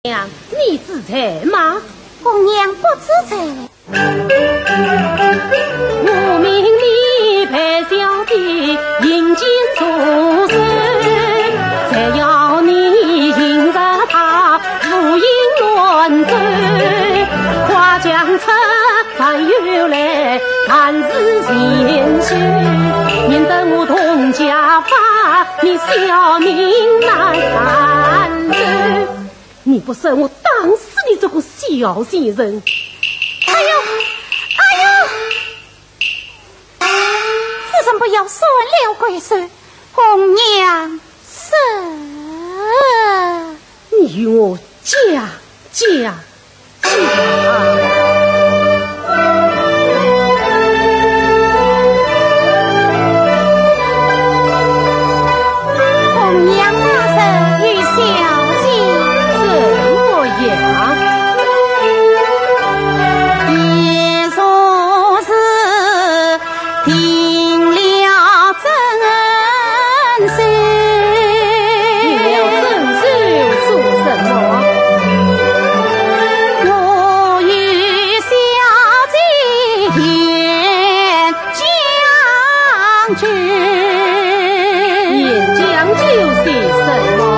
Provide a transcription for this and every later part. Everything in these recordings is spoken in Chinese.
娘，你知财吗？ 红娘不知财。 我命你陪小姐迎亲出世，才要你迎着她如影乱坠，花将车翻越来看似贤婿，免得我同家把你小命难缠着。你不生我打死你这个小贱人！ 哎呦，此生不要损了贵孙，红娘死。 你与我嫁。 红娘大人与小也说是听了真实， 说什么？ 我与小姐演将军， 演将就是什么？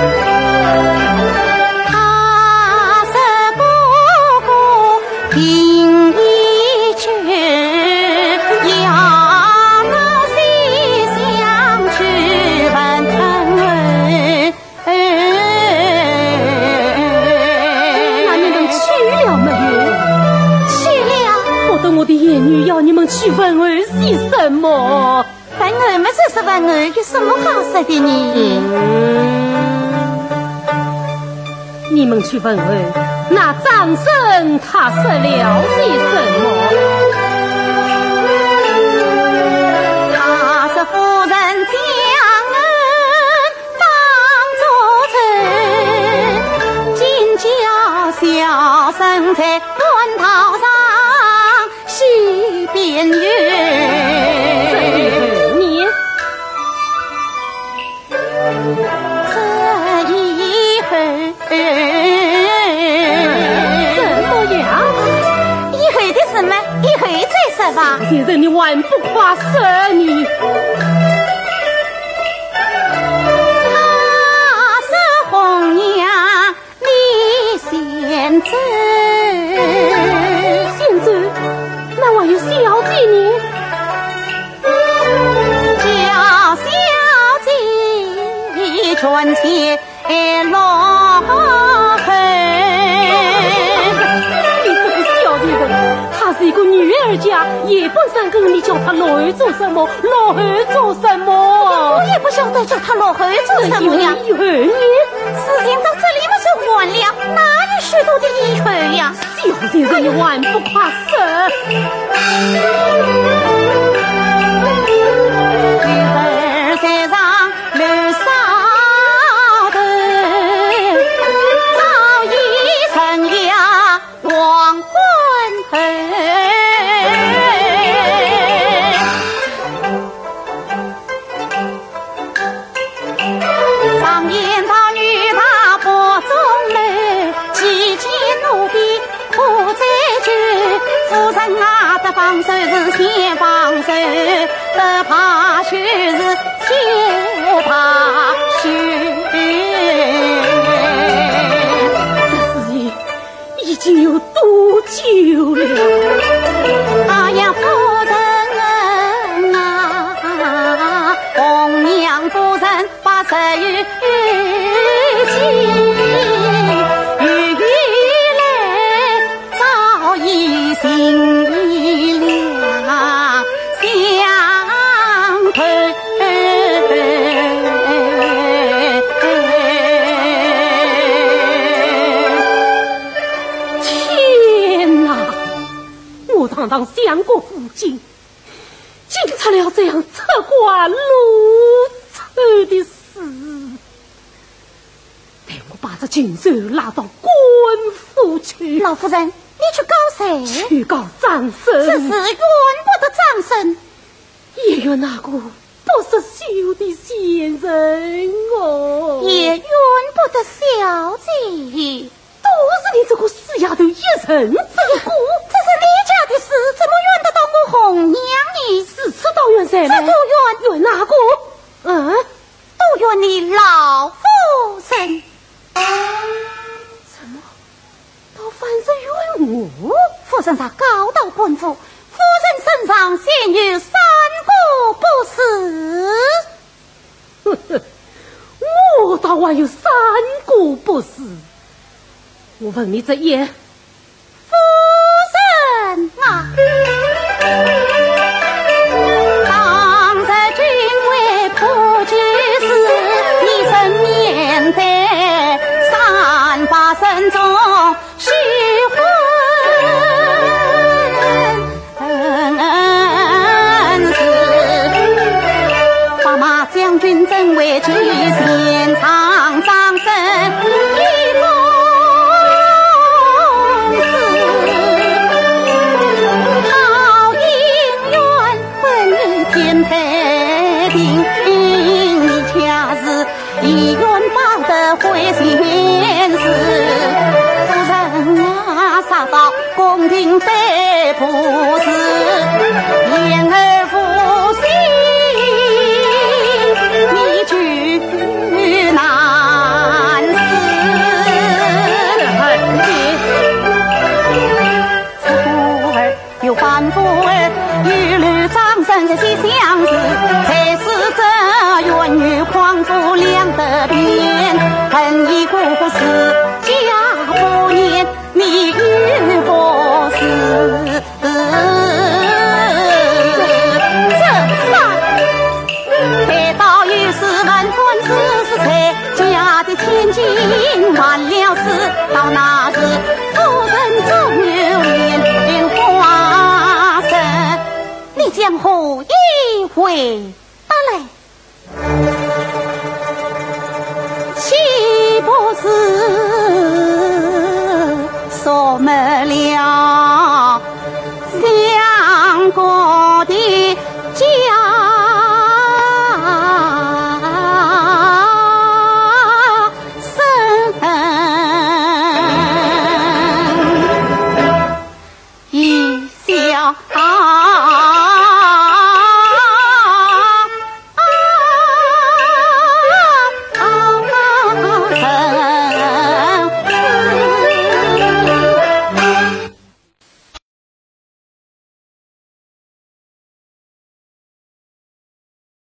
听一句，要我西厢去问那你们去了没有？ 去了。 我等我的言语要你们去问儿是什么？ 问儿们这是问儿有什么好说的呢？ 你们去问问那张生他说了些什么？ 他是夫人将恩当作真，今叫小生在乱道上戏边缘。 你这一会怎么样？ 以后的事嘛，以后再说吧。 先生，你还不夸色你？ 他是红娘，你先走。 先走？那还有小姐呢？ 叫小姐全且落后。 你这个小贱人，她是一个女儿家，也不想跟你叫她落后做什么，落后做什么？ 我也不晓得叫她落后做什么呀。 以后你事情到这里嘛就完了，哪有许多的以后呀？ 小贱人，你还不夸色？ 儿在上楼梢头，早已成呀黄昏后。上言道女大伯中楼，其间奴婢苦在绝。夫人啊，得放手是先放手，得怕羞是先怕羞。 这事情已经有多久了？ 哎呀，夫人啊，红娘夫人把这玉寄来，早已心了相投。 天哪！我堂堂相国夫君，竟出了这样策划如丑的事！待我把这禽兽拉到官府去。 老夫人，你去告谁？ 去告张生。 这事怨不得张生， 也怨那个不识羞的先生哦， 也怨不得小姐。 都是你这个死丫头一人之过， 这是你家的事，怎么怨得到我红娘呢？ 是此道怨谁呢？ 这都怨哪个？ 都怨你老夫人。 怎么？倒反是怨我？ 夫人他告到官府，夫人身上现有3个不是。 我倒还有3个不是。我问你这言， 夫人啊，当日君为破局时，你曾面对38声中许婚事，把马将军真为举现场掌声一封。太平，你恰是一愿报得回现实。夫人啊，杀到宫廷被捕时，言而负信，你惧难死。此妇儿有反复儿，一律掌声这些相似，才是这冤女狂妇两得变，恨一故事家不念，你与不是这三开刀于是问婚事才家的千金完了事，到那时夫人终有莲花生，你将何以回